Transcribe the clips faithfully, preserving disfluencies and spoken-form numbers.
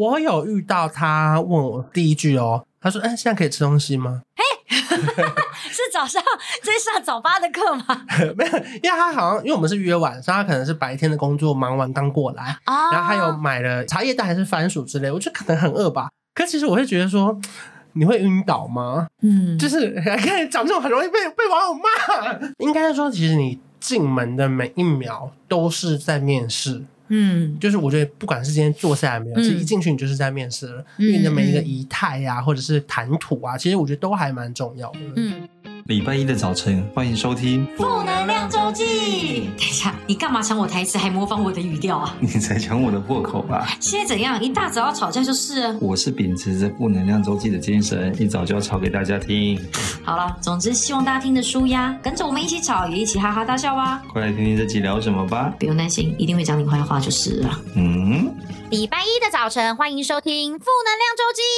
我有遇到他问我第一句哦，他说：“哎、欸，现在可以吃东西吗？” 是早上在上早八的课吗？ 没有，因为他好像因为我们是约晚上，他可能是白天的工作忙完刚过来， 哦、 然后他有买了茶叶蛋还是番薯之类，我觉得可能很饿吧。可其实我会觉得说，你会晕倒吗？嗯，就是看讲这种很容易被被网友骂。应该说，其实你进门的每一秒都是在面试。嗯，就是我觉得不管是今天坐下来没有，嗯、其实一进去你就是在面试了，嗯、因为你的每一个仪态啊，或者是谈吐啊，其实我觉得都还蛮重要的。 嗯。礼拜一的早晨，欢迎收听负能量周记。等一下，你干嘛抢我台词还模仿我的语调啊？ 你才抢我的破口吧？ 现在怎样？一大早要吵架就是了。 我是秉持着负能量周记的精神，一早就要吵给大家听。 好了，总之希望大家听得舒压，跟着我们一起吵，也一起哈哈大笑吧。 快来听听这集聊什么吧。 不用担心，一定会讲你坏话就是了。嗯。礼拜一的早晨，欢迎收听负能量周记。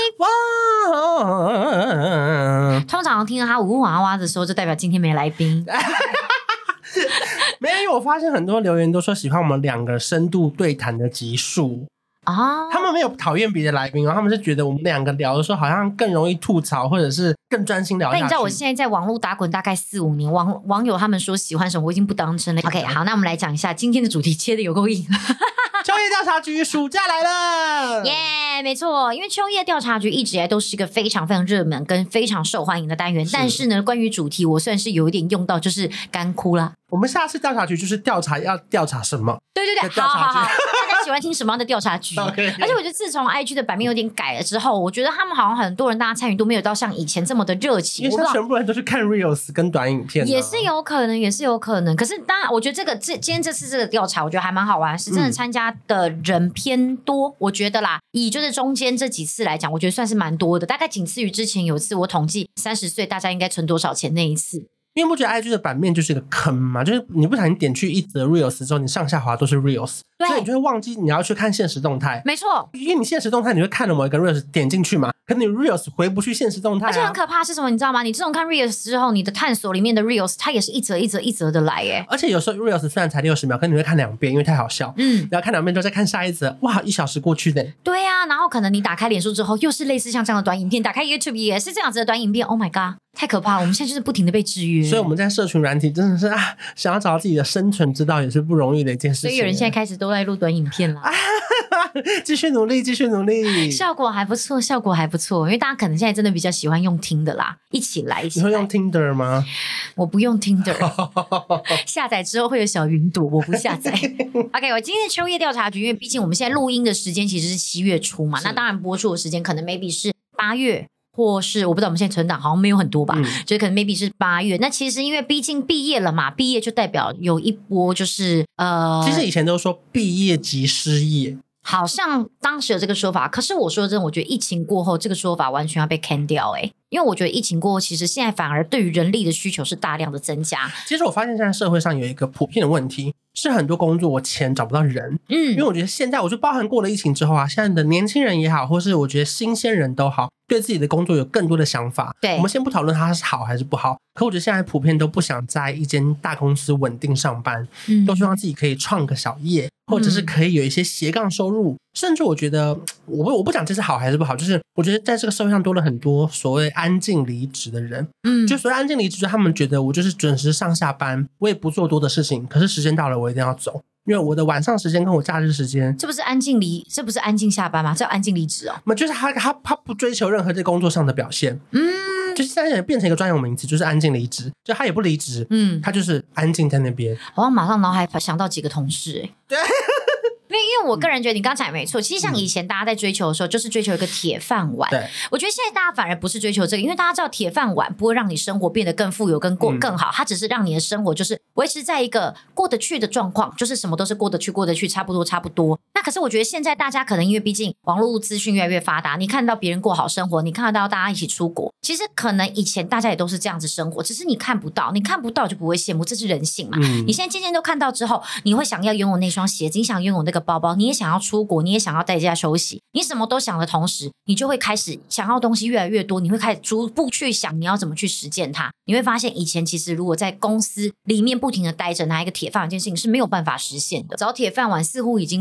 哇！通常听到他呜呜哇哇的时候，就代表今天没来宾。 没有，因为我发现很多留言都说喜欢我们两个深度对谈的集数啊，他们没有讨厌别的来宾哦，他们是觉得我们两个聊的时候好像更容易吐槽，或者是更专心聊下去。 那你知道我现在在网络打滚大概四五年，网网友他们说喜欢什么，我已经不当真了。OK， 好，那我们来讲一下今天的主题，切的有够硬。 秋叶调查局暑假来了， 耶、yeah, 没错，因为秋叶调查局一直以来都是一个非常非常热门跟非常受欢迎的单元，但是呢，关于主题我算是有一点用到，就是干枯啦。 我们下次调查局就是调查要调查什么？ 对对对，好好好，大家喜欢听什么样的调查局？ okay, 而且我觉得自从 I G 的版面有点改了之后，我觉得他们好像很多人大家参与度没有到像以前这么的热情， 因为现在全部人都是看 Reels 跟短影片、啊， 也是有可能，也是有可能。可是当然，我觉得这个这今天这次这个调查，我觉得还蛮好玩，是真的参加的人偏多，嗯、我觉得啦，以就是中间这几次来讲，我觉得算是蛮多的，大概仅次于之前有一次我统计三十岁大家应该存多少钱那一次。 因为不觉得 I G 的版面就是一个坑嘛，就是你不小心点去一则 Reels 之后，你上下滑都是 Reels， 所以你就会忘记你要去看限时动态。 没错， 因为你限时动态你会看了某一个 Reels 点进去嘛，可是你 Reels 回不去限时动态、啊， 而且很可怕是什么你知道吗？你这种看 Reels 之后，你的探索里面的 Reels 它也是一则一则一则的来耶。 而且有时候 Reels 虽然才六十秒，可是你会看两遍，因为太好笑。嗯，然后看两遍之后再看下一则，哇，一小时过去的。 对啊，然后可能你打开脸书之后，又是类似像这样的短影片，打开 YouTube 也是这样子的短影片。Oh my god！太可怕了，我们现在就是不停的被制约， 所以我们在社群软体真的是啊，想要找到自己的生存之道也是不容易的一件事情。 所以有人现在开始都在录短影片了， 继续努力，继续努力， 效果还不错，效果还不错。因为大家可能现在真的比较喜欢用听的啦，一起来，一起来。 你会用 Tinder 吗？ 我不用 Tinder， 下载之后会有小云朵，我不下载。OK， 我今天的秋叶调查局，因为毕竟我们现在录音的时间其实是七月初嘛，那当然播出的时间可能 maybe 是八月。或是我不知道我们现在存档好像没有很多吧，嗯、就可能 maybe 是八月。那其实因为毕竟毕业了嘛，毕业就代表有一波就是呃， 其实以前都说毕业即失业， 好像当时有这个说法。可是我说真的，我觉得疫情过后这个说法完全要被 can 掉哎、欸，因为我觉得疫情过后，其实现在反而对于人力的需求是大量的增加。 其实我发现现在社会上有一个普遍的问题。是很多工作我钱找不到人，嗯，因为我觉得现在我就包含过了疫情之后啊，现在的年轻人也好，或是我觉得新鲜人都好，对自己的工作有更多的想法。 对， 我们先不讨论它是好还是不好，可我觉得现在普遍都不想在一间大公司稳定上班，嗯，都希望自己可以创个小业，或者是可以有一些斜杠收入，嗯、甚至我觉得我不我不讲这是好还是不好，就是我觉得在这个社会上多了很多所谓安静离职的人，嗯，就所谓安静离职，就他们觉得我就是准时上下班，我也不做多的事情，可是时间到了我一定要走。因为我的晚上时间跟我假日时间， 这不是安静离，这不是安静下班吗？这叫安静离职哦。 那就是他他他不追求任何在工作上的表现，嗯，就是现在变成一个专有名词，就是安静离职，就他也不离职，嗯，他就是安静在那边。 好像马上脑海想到几个同事、欸，对。因为我个人觉得你刚才也没错，其实像以前大家在追求的时候，就是追求一个铁饭碗。对，我觉得现在大家反而不是追求这个，因为大家知道铁饭碗不会让你生活变得更富有、更过更好，它只是让你的生活就是维持在一个过得去的状况，就是什么都是过得去、过得去，差不多、差不多。那可是我觉得现在大家可能因为毕竟网络资讯越来越发达，你看到别人过好生活，你看得到大家一起出国，其实可能以前大家也都是这样子生活，只是你看不到，你看不到就不会羡慕，这是人性嘛。嗯、你现在渐渐都看到之后，你会想要拥有那双鞋子，你想拥有那个包包，你也想要出国，你也想要在家休息，你什么都想的同时，你就会开始想要的东西越来越多，你会开始逐步去想你要怎么去实践它。你会发现以前其实如果在公司里面不停的待着拿一个铁饭碗这件事情是没有办法实现的，找铁饭碗似乎已经不再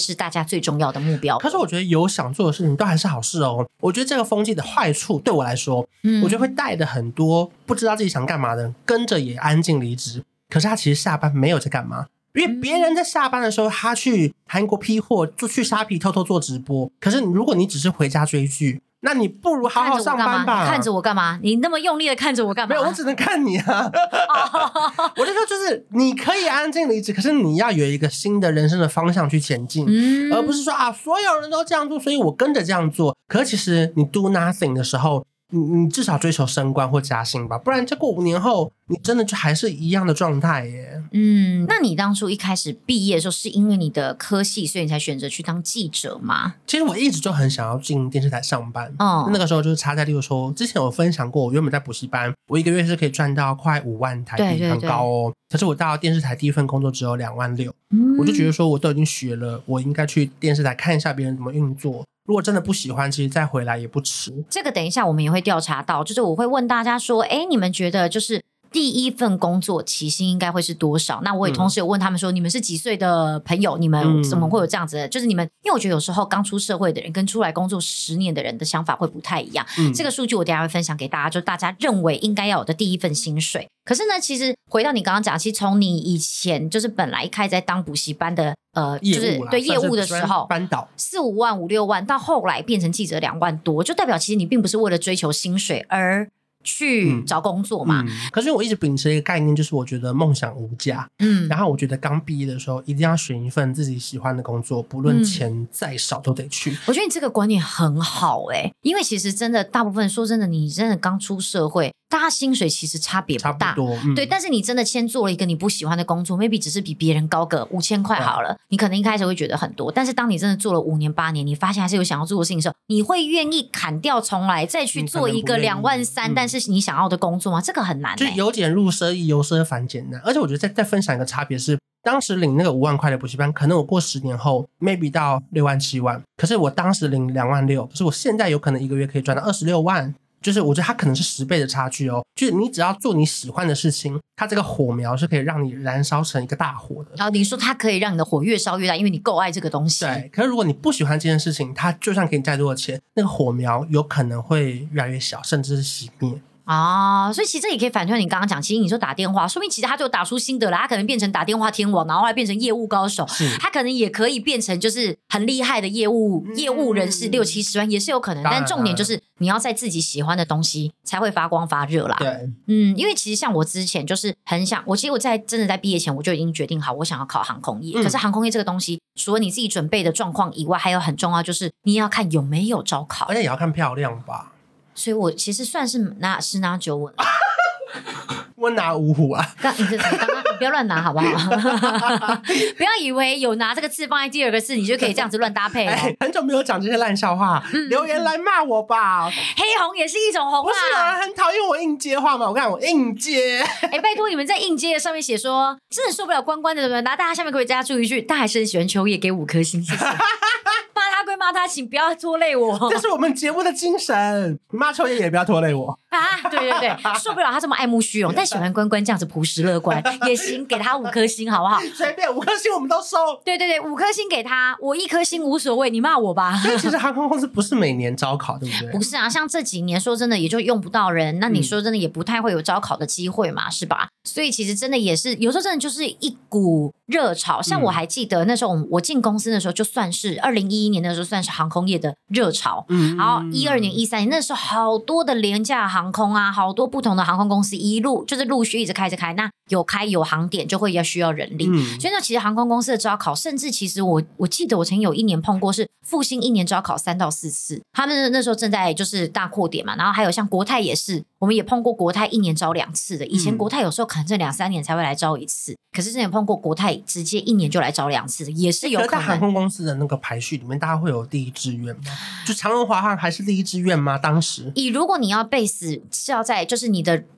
是大家最重要的目标。 可是我觉得有想做的事情都还是好事哦。我觉得这个风气的坏处对我来说，嗯，我觉得会带的很多不知道自己想干嘛的跟着也安静离职，可是他其实下班没有在干嘛，因为别人在下班的时候他去韩国批货，就去虾皮偷偷做直播，可是如果你只是回家追剧，那你不如好好上班吧。 看着我干嘛？你那么用力的看着我干嘛？ 没有，我只能看你啊。我就说就是你可以安静离职，可是你要有一个新的人生的方向去前进，嗯，而不是说啊所有人都这样做所以我跟着这样做。可是其实你 do nothing 的时候，你你至少追求升官或加薪吧，不然再过五年后你真的就还是一样的状态耶。 嗯，那你当初一开始毕业的时候是因为你的科系所以你才选择去当记者吗？ 其实我一直就很想要进电视台上班，哦，那个时候就是差在例如说之前有分享过，我原本在补习班我一个月是可以赚到快五万台币，对对对，很高哦。可是我到电视台第一份工作只有两万六，嗯，我就觉得说我都已经学了，我应该去电视台看一下别人怎么运作，如果真的不喜欢其实再回来也不迟。 这个等一下我们也会调查到，就是我会问大家说哎，你们觉得就是第一份工作起薪应该会是多少？那我也同时有问他们说，嗯，你们是几岁的朋友？你们怎么会有这样子的？嗯，就是你们，因为我觉得有时候刚出社会的人跟出来工作十年的人的想法会不太一样。嗯，这个数据我等一下会分享给大家，就大家认为应该要有的第一份薪水。可是呢，其实回到你刚刚讲，其实从你以前就是本来一开始在当补习班的呃，就是对业务的时候， 班导四五万五六万，到后来变成记者两万多，就代表其实你并不是为了追求薪水而去找工作嘛，嗯嗯，可是我一直秉持一个概念，就是我觉得梦想无价，嗯，然后我觉得刚毕业的时候一定要选一份自己喜欢的工作，不论钱再少都得去，嗯， 我觉得你这个观念很好欸，因为其实真的大部分说真的你真的刚出社会大家薪水其实差别不大， 差不多，嗯， 对，但是你真的先做了一个你不喜欢的工作 maybe 只是比别人高个五千块好了，嗯，你可能一开始会觉得很多，但是当你真的做了五年八年你发现还是有想要做的事情的时候，你会愿意砍掉重来再去做一个两万三，嗯，但是你想要的工作吗？这个很难，欸， 就由俭入奢易，由奢反俭难。而且我觉得再再分享一个差别是，当时领那个五万块的补习班，可能我过十年后 maybe 到六万七万，可是我当时领两万六，可是我现在有可能一个月可以赚到二十六万。就是我觉得它可能是十倍的差距哦，就是你只要做你喜欢的事情，它这个火苗是可以让你燃烧成一个大火的。 然后你说它可以让你的火越烧越大，因为你够爱这个东西。 对，可是如果你不喜欢这件事情，它就算给你再多的钱，那个火苗有可能会越来越小，甚至是熄灭。 啊，所以其实这也可以反推你刚刚讲，其实你说打电话，说明其实他就打出心得了，他可能变成打电话天王，然后后来变成业务高手，他可能也可以变成就是很厉害的业务、嗯、业务人士，六七十万也是有可能，但重点就是你要在自己喜欢的东西才会发光发热啦。 对， 嗯，因为其实像我之前就是很想，我其实我在真的在毕业前我就已经决定好我想要考航空业，嗯、可是航空业这个东西，除了你自己准备的状况以外，还有很重要就是你要看有没有招考， 而且也要看漂亮吧。 所以我其实算是拿十拿九稳了。 我拿五虎啊！ 刚你这刚刚你不要乱拿好不好？不要以为有拿这个字放在第二个字，你就可以这样子乱搭配、哦欸、很久没有讲这些烂笑话、嗯，留言来骂我吧。 黑红也是一种红啊！ 不是有人很讨厌我硬接话吗？我看我硬接。 哎、欸，拜托你们在硬接的上面写说，真的受不了关关的人，然后大家下面可以加注一句，但还是很喜欢秋叶，给五颗星，谢谢。骂他归骂他，请不要拖累我。 这是我们节目的精神，骂秋叶也不要拖累我啊！对对对，受不了他这么爱慕虚荣，但喜欢关关这样子朴实乐观也行，给他五颗星好不好？ 随便五颗星我们都收。 对对对，五颗星给他，我一颗星无所谓，你骂我吧。 所以其实航空公司不是每年招考，对不对？ 不是啊，像这几年说真的也就用不到人，那你说真的也不太会有招考的机会嘛，是吧？所以其实真的也是有时候真的就是一股热潮。像我还记得那时候我进公司的时候，就算是二零一一年的时候算是航空业的热潮，嗯，然后一二年一三年那时候好多的廉价航空啊，好多不同的航空公司一路就是陆续一直开着开，那有开有航点就会要需要人力、嗯、所以呢其实航空公司的招考，甚至其实我我记得我曾经有一年碰过是复兴一年招考三到四次，他们那时候正在就是大扩点嘛，然后还有像国泰也是，我们也碰过国泰一年招两次的，以前国泰有时候可能这两三年才会来招一次、嗯、可是之前碰过国泰直接一年就来招两次的，也是有可能。 可是在航空公司的那个排序里面，大家会有第一志愿吗？就长荣华航还是第一志愿吗？当时以如果你要 base 是要在就是你的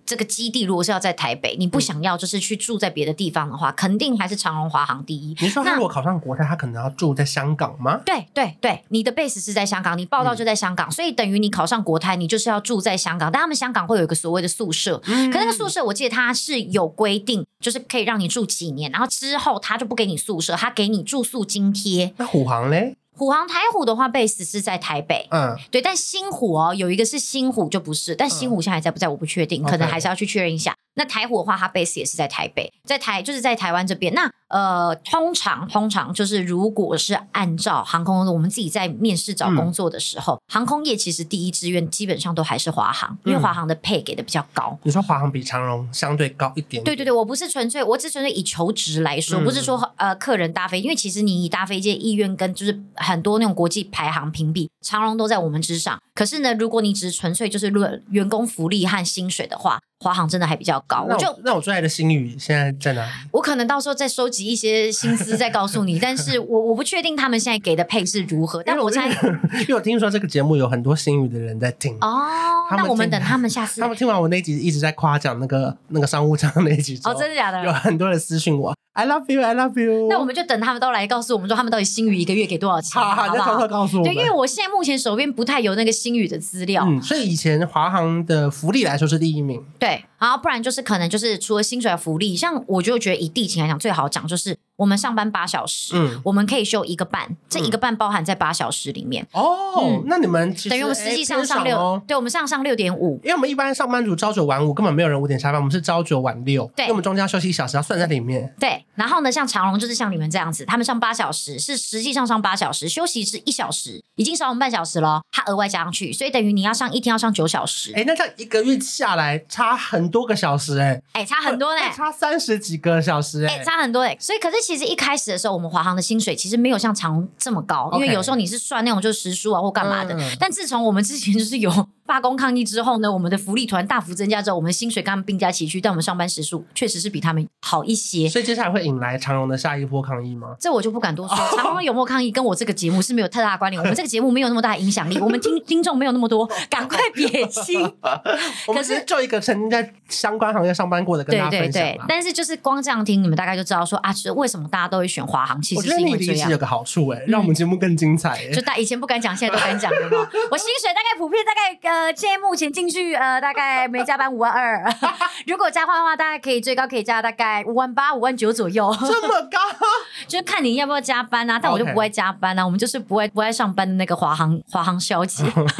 这个基地如果是要在台北，你不想要就是去住在别的地方的话，肯定还是长荣华航第一。 你说他如果考上国泰，他可能要住在香港吗？ 对对对，你的 base 是在香港，你报到就在香港、嗯、所以等于你考上国泰，你就是要住在香港，但他们香港会有一个所谓的宿舍、嗯、可那个宿舍我记得它是有规定，就是可以让你住几年，然后之后他就不给你宿舍，他给你住宿津贴。 那虎航嘞？ 虎航台虎的话 base 是在台北，嗯，对，但新虎哦，有一个是新虎就不是，但新虎现在还在不在我不确定、嗯、可能还是要去确认一下。那台虎的话，它 base 也是在台北，在台就是在台湾这边。那呃，通常通常就是如果是按照航空，我们自己在面试找工作的时候、嗯，航空业其实第一志愿基本上都还是华航，因为华航的配给的比较高。 你说华航比长荣相对高一点点？ 对对对，我不是纯粹，我只纯粹以求职来说，嗯、不是说呃客人搭飞，因为其实你以搭飞机的意愿跟就是很多那种国际排行评比，长荣都在我们之上。可是呢，如果你只是纯粹就是论员工福利和薪水的话，华航真的还比较高。 那我就那我最爱的星宇现在在哪里？ 我可能到时候再收集一些薪资再告诉你，但是我我不确定他们现在给的配是如何。但我猜， 因为我听说这个节目有很多星宇的人在听哦。那我们等他们下次， 他们听完我那一集一直在夸奖那个那个商务舱那一集哦，真的假的？ 有很多人私讯我 ，I love you, I love you。 那我们就等他们都来告诉我们说，他们到底星宇一个月给多少钱？ 好好，再偷偷告诉我们。 对，因为我现在目前手边不太有那个星宇的资料， 嗯，所以以前华航的福利来说是第一名， 对，然后不然就是可能就是除了薪水的福利，像我就觉得以地勤来讲最好讲就是我们上班八小时、嗯、我们可以休一个半，这一个半包含在八小时里面、 嗯、哦、嗯、那你们其实等于我们实际上上六、 哦、 对，我们上上六点五， 因为我们一般上班族朝九晚五根本没有人五点下班，我们是朝九晚六，对，因为我们中间要休息一小时要算在里面， 对，然后呢像长荣就是像你们这样子，他们上八小时是实际上上八小时，休息是一小时，已经少我们半小时了，他额外加上去，所以等于你要上一天要上九小时。 哎，那这样一个月下来差很多个小时哎、欸， 哎，差很多呢、欸， 差三十几个小时哎、 欸欸，差很多哎、欸。所以可是其实一开始的时候，我们华航的薪水其实没有像长荣这么高， okay. 因为有时候你是算那种就是时数啊或干嘛的、嗯。但自从我们之前就是有罢工抗议之后呢，我们的福利团大幅增加之后，我们的薪水跟他们并驾齐驱，但我们上班时数确实是比他们好一些。 所以接下来会引来长荣的下一波抗议吗？ 这我就不敢多说。长荣有没有抗议跟我这个节目是没有太大的关联，我们这个节目没有那么大的影响力，我们听听众没有那么多，赶快撇清。 我们只是就一个曾经在相关行业上班过的跟大家分享。对对对， 但是就是光这样听，你们大概就知道说啊，就是为什么大家都会选华航，其实是因为这样。我觉得你离职有个好处哎、欸，让我们节目更精彩哎、欸。 就大以前不敢讲，现在都敢讲了嘛。我薪水大概普遍大概呃，现在目前进去呃，大概没加班五万二，如果加班的话，大概可以最高可以加大概五万八、五万九左右。 这么高？ 就是看你要不要加班啊，但我就不会加班啊， okay. 我们就是不会不爱上班的那个华航华航小姐。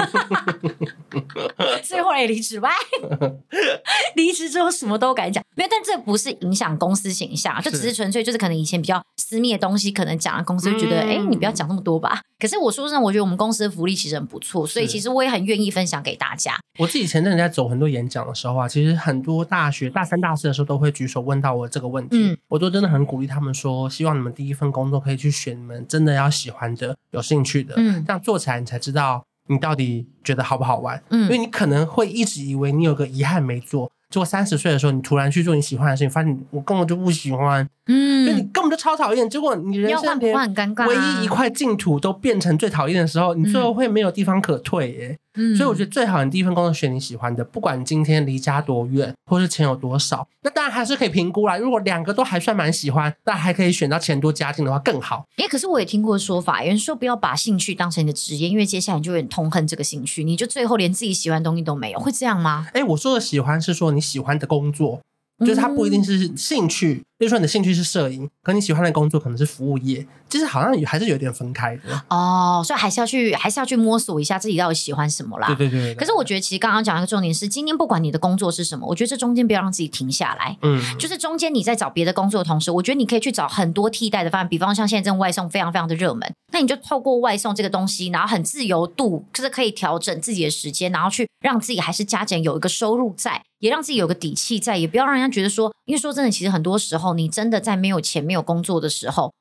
所以后来也离职吧。离职之后什么都敢讲，没有，但这不是影响公司形象，就只是纯粹就是可能以前比较私密的东西，可能讲了公司就觉得，哎、嗯欸，你不要讲那么多吧。可是我说真的，我觉得我们公司的福利其实很不错，所以其实我也很愿意分享给大家。 我自己前阵子在走很多演讲的时候啊，其实很多大学大三大四的时候都会举手问到我这个问题，嗯，我都真的很鼓励他们说，希望你们第一份工作可以去选你们真的要喜欢的、有兴趣的，嗯，这样做起来你才知道你到底觉得好不好玩，嗯，因为你可能会一直以为你有个遗憾没做。结果三十岁的时候，你突然去做你喜欢的事情，发现我根本就不喜欢，嗯，因为你根本就超讨厌。结果你人生连唯一一块净土都变成最讨厌的时候，你最后会没有地方可退耶。嗯，所以我觉得最好你第一份工作选你喜欢的，不管今天离家多远，或是钱有多少，那当然还是可以评估啦。如果两个都还算蛮喜欢，那还可以选到钱多家境的话更好。 哎，可是我也听过说法，有人说不要把兴趣当成你的职业，因为接下来你就有点痛恨这个兴趣，你就最后连自己喜欢的东西都没有，会这样吗？ 哎，我说的喜欢是说你喜欢的工作。就是它不一定是兴趣，比如说你的兴趣是摄影，可你喜欢的工作可能是服务业，其实好像还是有点分开的哦，所以还是要去还是要去摸索一下自己到底喜欢什么啦。 对对 对, 对, 对。 可是我觉得其实刚刚讲一个重点是，今天不管你的工作是什么，我觉得这中间不要让自己停下来。嗯，就是中间你在找别的工作的同时，我觉得你可以去找很多替代的方案，比方像现在这种外送非常非常的热门，那你就透过外送这个东西，然后很自由度，就是可以调整自己的时间，然后去让自己还是加减有一个收入在。也让自己有个底气在，也不要让人家觉得说，因为说真的，其实很多时候你真的在没有钱没有工作的时候，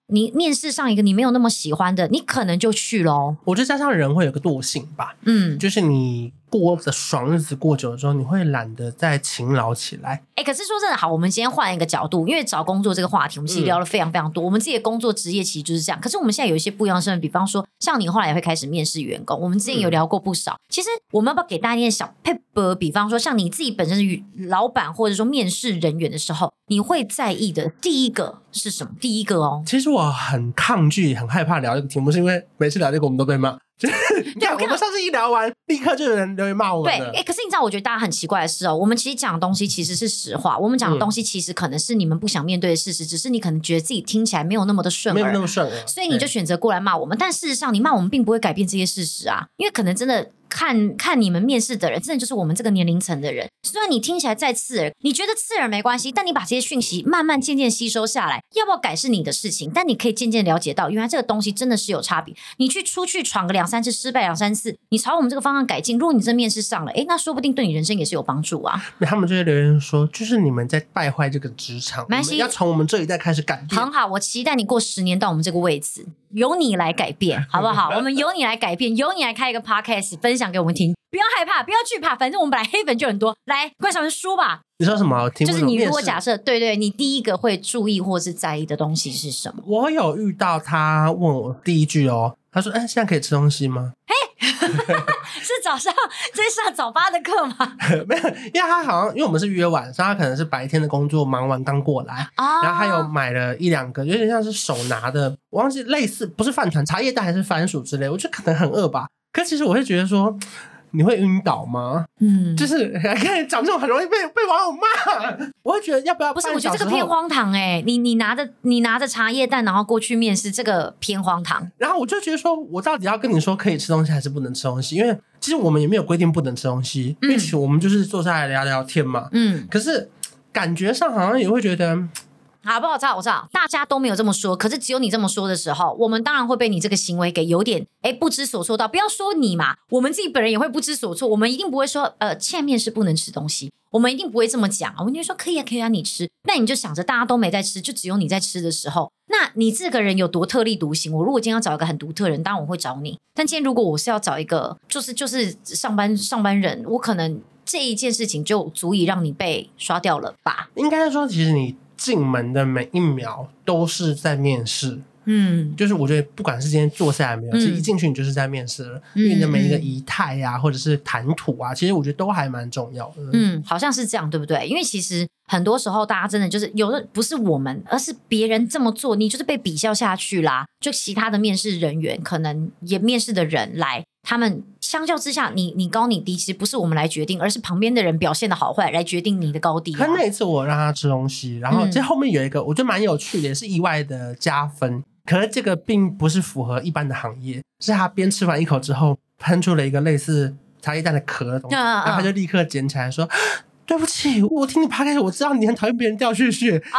你面试上一个你没有那么喜欢的，你可能就去咯。 我觉得加上人会有个惰性吧，嗯，就是你过的爽日子过久了之后，你会懒得再勤劳起来。 哎、欸，可是说真的，好，我们今天换一个角度，因为找工作这个话题，我们其实聊了非常非常多。嗯、我们自己的工作职业其实就是这样。可是我们现在有一些不一样的身份，比方说，像你后来也会开始面试员工，我们之前有聊过不少。嗯、其实我们要不要给大家一点小 paper？ 比方说，像你自己本身是老板或者说面试人员的时候，你会在意的第一个是什么？第一个哦， 其实我很抗拒、很害怕聊这个题目，是因为每次聊这个我们都被骂。你看，我们上次一聊完，立刻就有人留言骂我们了。 对，欸，可是你知道，我觉得大家很奇怪的是哦，我们其实讲的东西其实是实话，我们讲的东西其实可能是你们不想面对的事实，嗯、只是你可能觉得自己听起来没有那么的顺耳， 没有那么顺耳， 所以你就选择过来骂我们。但事实上，你骂我们并不会改变这些事实啊，因为可能真的。看看你们面试的人，真的就是我们这个年龄层的人。虽然你听起来再刺耳，你觉得刺耳没关系，但你把这些讯息慢慢渐渐吸收下来，要不要改是你的事情。但你可以渐渐了解到，原来这个东西真的是有差别。你去出去闯个两三次，失败两三次，你朝我们这个方向改进。如果你真面试上了，哎，那说不定对你人生也是有帮助啊。 他们就会留言说，就是你们在败坏这个职场，我们要从我们这一代开始改变。 很好，我期待你过十年到我们这个位置，由你来改变，好不好？我们由你来改变，由你来开一个 podcast 分享给我们听。不要害怕，不要惧怕，反正我们本来黑粉就很多。来，关小文说吧。 你说什么？ 就是你如果假设，对对，你第一个会注意或是在意的东西是什么？ 我有遇到他问我第一句哦，他说：“哎，现在可以吃东西吗？” 嘿，是早上在上早八的课吗？ 没有，因为他好像因为我们是约晚上，他可能是白天的工作忙完刚过来，哦、然后他有买了一两个，有点像是手拿的，我忘记类似不是饭团、茶叶蛋还是番薯之类，我觉得可能很饿吧。可其实我会觉得说。你会晕倒吗？嗯，就是看你讲这种很容易被被网友骂，我会觉得要不要？ 不是，我觉得这个偏荒唐哎、欸！你你拿着你拿着茶叶蛋，然后过去面试，这个偏荒唐。 然后我就觉得说，我到底要跟你说可以吃东西还是不能吃东西？因为其实我们也没有规定不能吃东西，嗯、因为其实我们就是坐下来聊聊天嘛。嗯，可是感觉上好像也会觉得。 好不好？我知道，我知道，大家都没有这么说，可是只有你这么说的时候，我们当然会被你这个行为给有点哎不知所措到。不要说你嘛，我们自己本人也会不知所措。我们一定不会说呃，现在面试不能吃东西，我们一定不会这么讲。我们就说可以啊，可以啊，你吃。那你就想着大家都没在吃，就只有你在吃的时候，那你这个人有多特立独行？我如果今天要找一个很独特的人，当然我会找你。但今天如果我是要找一个就是就是上班上班人，我可能这一件事情就足以让你被刷掉了吧？ 应该说，其实你。进门的每一秒都是在面试，嗯，就是我觉得不管是今天坐下来没有，嗯、其实一进去你就是在面试了，嗯、因为你的每一个仪态啊，或者是谈吐啊，其实我觉得都还蛮重要的。 嗯，好像是这样，对不对？因为其实很多时候大家真的就是有的不是我们，而是别人这么做，你就是被比较下去啦。就其他的面试人员，可能也面试的人来，他们相较之下，你你高你低，其实不是我们来决定，而是旁边的人表现的好坏来决定你的高低、啊。 可那一次我让他吃东西，然后这后面有一个、嗯、我觉得蛮有趣的，也是意外的加分。可是这个并不是符合一般的行业，是他边吃完一口之后喷出了一个类似茶叶蛋的壳的东西，嗯、然后他就立刻捡起来说：“对不起，我听你 podcast， 我知道你很讨厌别人掉屑屑。”啊。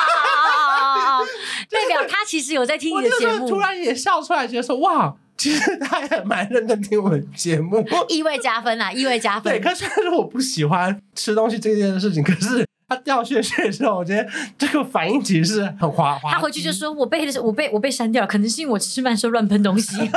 代表他其实有在听你的节目， 我突然也笑出来，觉得说哇，其实他也蛮认真听我们节目， 意味加分啊，意味加分。 对，可是虽然说我不喜欢吃东西这件事情，可是他掉屑屑的时候，我觉得这个反应其实是很滑滑。 他回去就说：“我被我被我被删掉了，可能是因为我吃饭的时候乱喷东西。”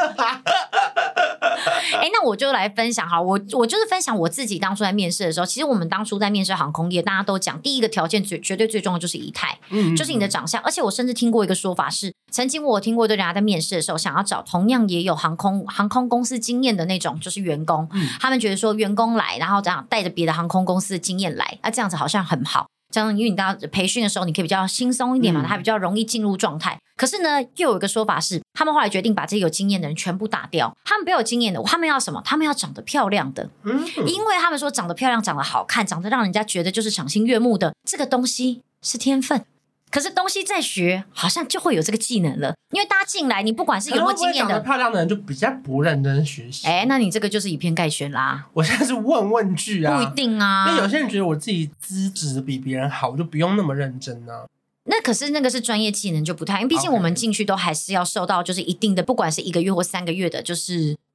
哎，那我就来分享哈，我我就是分享我自己当初在面试的时候，其实我们当初在面试航空业，大家都讲第一个条件最绝对最重要就是仪态，嗯，就是你的长相。而且我甚至听过一个说法是，曾经我有听过对人家在面试的时候，想要找同样也有航空航空公司经验的那种就是员工，嗯，他们觉得说员工来，然后这样带着别的航空公司的经验来，啊，这样子好像很好。这样，因为你到培训的时候，你可以比较轻松一点嘛，他比较容易进入状态。可是呢，又有一个说法是，他们后来决定把这些有经验的人全部打掉。他们没有经验的，他们要什么？他们要长得漂亮的，嗯，因为他们说长得漂亮、长得好看、长得让人家觉得就是赏心悦目的这个东西是天分。可是东西在学，好像就会有这个技能了。因为大家进来，你不管是有没有经验的， 长得漂亮的人就比较不认真学习。 哎，那你这个就是以偏概全啦。 我现在是问问句啊， 不一定啊。 因为有些人觉得我自己资质比别人好，我就不用那么认真啊。 那可是那个是专业技能就不太，因为毕竟我们进去都还是要受到就是一定的，不管是一个月或三个月的，就是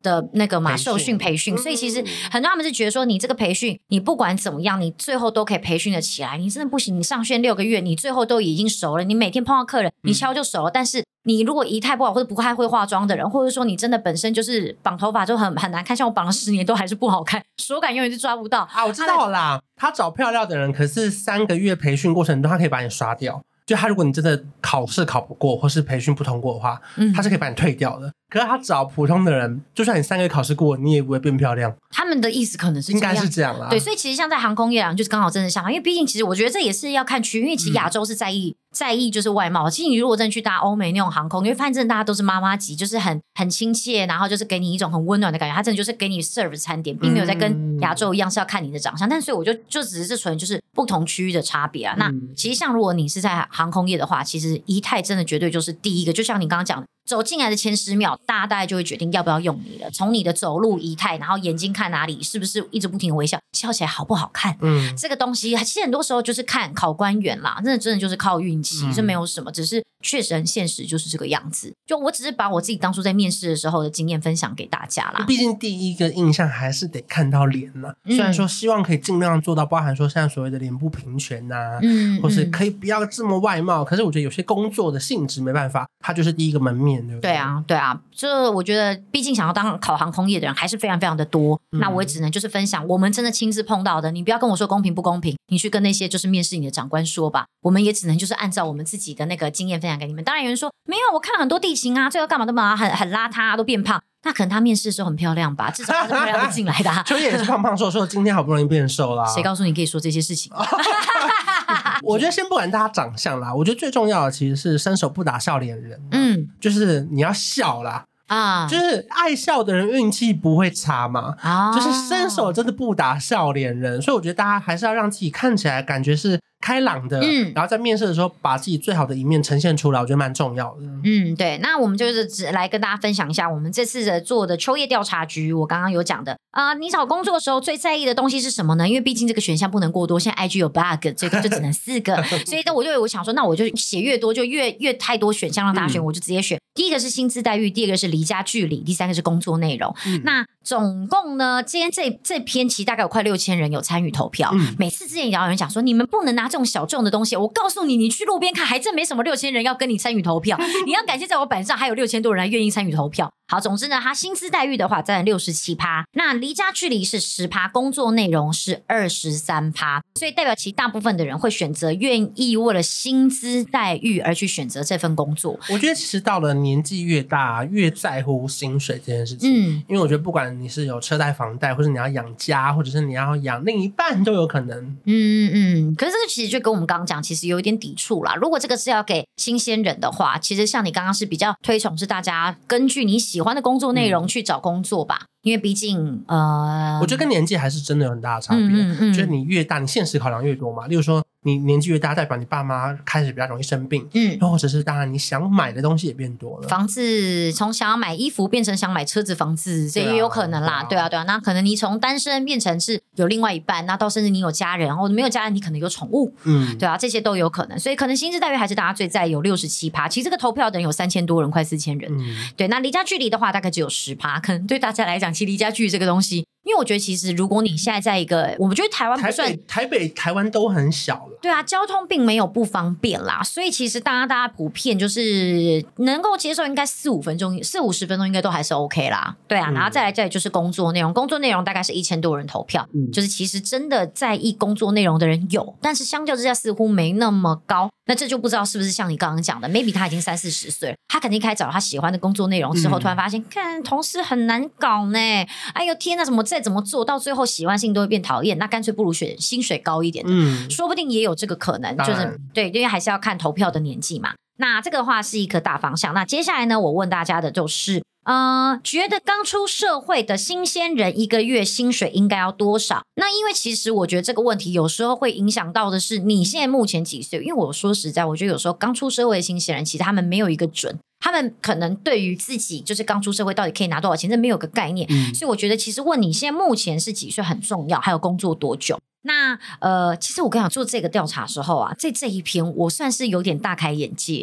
的那个嘛受训培训，所以其实很多他们是觉得说，你这个培训，你不管怎么样，你最后都可以培训的起来。你真的不行，你上线六个月，你最后都已经熟了，你每天碰到客人，你敲就熟了。但是你如果仪态不好，或者不太会化妆的人，或者说你真的本身就是绑头发就很很难看，像我绑了十年都还是不好看，手感永远是抓不到啊。我知道啦，他找漂亮的人，可是三个月培训过程中，他可以把你刷掉。就他如果你真的考试考不过或是培训不通过的话、嗯、他是可以把你退掉的。可是他找普通的人，就算你三个月考试过你也不会变漂亮。 他们的意思可能是这样， 应该是这样啦。 对，所以其实像在航空业啊，就是刚好真的相反，因为毕竟其实我觉得这也是要看区域，因为其实亚洲是在意、嗯、在意就是外貌。其实你如果真的去搭欧美那种航空，你会发现真的大家都是妈妈级，就是很很亲切，然后就是给你一种很温暖的感觉。他真的就是给你 serve 餐点，并没有在跟亚洲一样是要看你的长相。嗯、但所以我就就只是这纯就是不同区域的差别啊。嗯、那其实像如果你是在航空业的话，其实仪态真的绝对就是第一个，就像你刚刚讲的。走进来的前十秒，大家大概就会决定要不要用你了。从你的走路仪态，然后眼睛看哪里，是不是一直不停的微笑，笑起来好不好看？嗯，这个东西其实很多时候就是看考官员啦，真的真的就是靠运气，这、嗯、没有什么，只是确实很现实，就是这个样子。就我只是把我自己当初在面试的时候的经验分享给大家啦。 毕竟第一个印象还是得看到脸啦。虽然说希望可以尽量做到，包含说现在所谓的脸部平权啊，嗯，或是可以不要这么外貌。可是我觉得有些工作的性质没办法，它就是第一个门面。对, 对啊对啊，就我觉得毕竟想要当考航空业的人还是非常非常的多、嗯、那我也只能就是分享我们真的亲自碰到的。你不要跟我说公平不公平，你去跟那些就是面试你的长官说吧。我们也只能就是按照我们自己的那个经验分享给你们。当然有人说没有，我看了很多地形啊，最后干嘛都嘛很很邋遢、啊、都变胖，那可能他面试的时候很漂亮吧，至少他是漂亮的进来的、啊、 秋叶也是胖胖瘦瘦，今天好不容易变瘦啦。 谁告诉你可以说这些事情我觉得先不管大家长相啦，我觉得最重要的其实是伸手不打笑脸人。嗯，就是你要笑啦啊，就是爱笑的人运气不会差嘛、啊、就是伸手真的不打笑脸人。所以我觉得大家还是要让自己看起来感觉是开朗的、嗯、然后在面试的时候把自己最好的一面呈现出来，我觉得蛮重要的。 嗯，对，那我们就是只来跟大家分享一下我们这次的做的秋叶调查局。我刚刚有讲的啊、呃，你找工作的时候最在意的东西是什么呢？因为毕竟这个选项不能过多，现在 I G 有 bug， 这个就只能四个所以我就我想说那我就写越多就越越太多选项让大家选、嗯、我就直接选第一个是薪资待遇，第二个是离家距离，第三个是工作内容、嗯、那总共呢今天这这篇其实大概有快六千人有参与投票、嗯、每次之前也有人讲说你们不能拿这种小众的东西，我告诉你你去路边看还真没什么六千人要跟你参与投票你要感谢在我板上还有六千多人还愿意参与投票。好，总之呢他薪资待遇的话占了 百分之六十七， 那离家距离是 百分之十， 工作内容是 百分之二十三， 所以代表其大部分的人会选择愿意为了薪资待遇而去选择这份工作。 我觉得其实到了年纪越大越在乎薪水这件事情、嗯、因为我觉得不管你是有车贷房贷，或者你要养家，或者是你要养另一半都有可能。 嗯嗯嗯，可是这个其实就跟我们刚刚讲其实有一点抵触啦。如果这个是要给新鲜人的话，其实像你刚刚是比较推崇是大家根据你喜欢的工作内容去找工作吧、嗯、因为毕竟呃， 我觉得跟年纪还是真的有很大的差别、嗯嗯嗯、就是你越大你现实考量越多嘛。例如说你年纪越大代表你爸妈开始比较容易生病，嗯，又或者是当然你想买的东西也变多了， 房子从想要买衣服变成想买车子房子，这也有可能啦。对啊 对, 啊对啊，那可能你从单身变成是有另外一半，那到甚至你有家人，然后没有家人你可能有宠物，嗯，对啊，这些都有可能。所以可能薪资待遇还是大家最在意，有 百分之六十七， 其实这个投票的人有三千多人，快四千人、嗯、对。那离家距离的话大概只有 百分之十， 可能对大家来讲其实离家距离这个东西，因为我觉得其实如果你现在在一个我们觉得台湾不算台北台北台湾都很小了， 对啊，交通并没有不方便啦，所以其实大家大家普遍就是能够接受应该四五分钟四五十分钟应该都还是 OK 啦。对啊、嗯、然后再来再来就是工作内容，工作内容大概是一千多人投票、嗯、就是其实真的在意工作内容的人有，但是相较之下似乎没那么高。那这就不知道是不是像你刚刚讲的 maybe 他已经三四十岁了，他肯定开始找他喜欢的工作内容之后、嗯、突然发现看同事很难搞呢，哎呦天哪，怎么再怎么做到最后喜欢性都会变讨厌，那干脆不如选薪水高一点的、嗯、说不定也有这个可能，就是对，因为还是要看投票的年纪嘛。那这个的话是一个大方向。那接下来呢我问大家的就是呃，觉得刚出社会的新鲜人一个月薪水应该要多少？那因为其实我觉得这个问题有时候会影响到的是你现在目前几岁，因为我说实在我觉得有时候刚出社会的新鲜人其实他们没有一个准，他们可能对于自己就是刚出社会到底可以拿多少钱这没有个概念、嗯、所以我觉得其实问你现在目前是几岁很重要，还有工作多久。那呃，其实我跟你讲做这个调查的时候啊，在这一篇我算是有点大开眼界。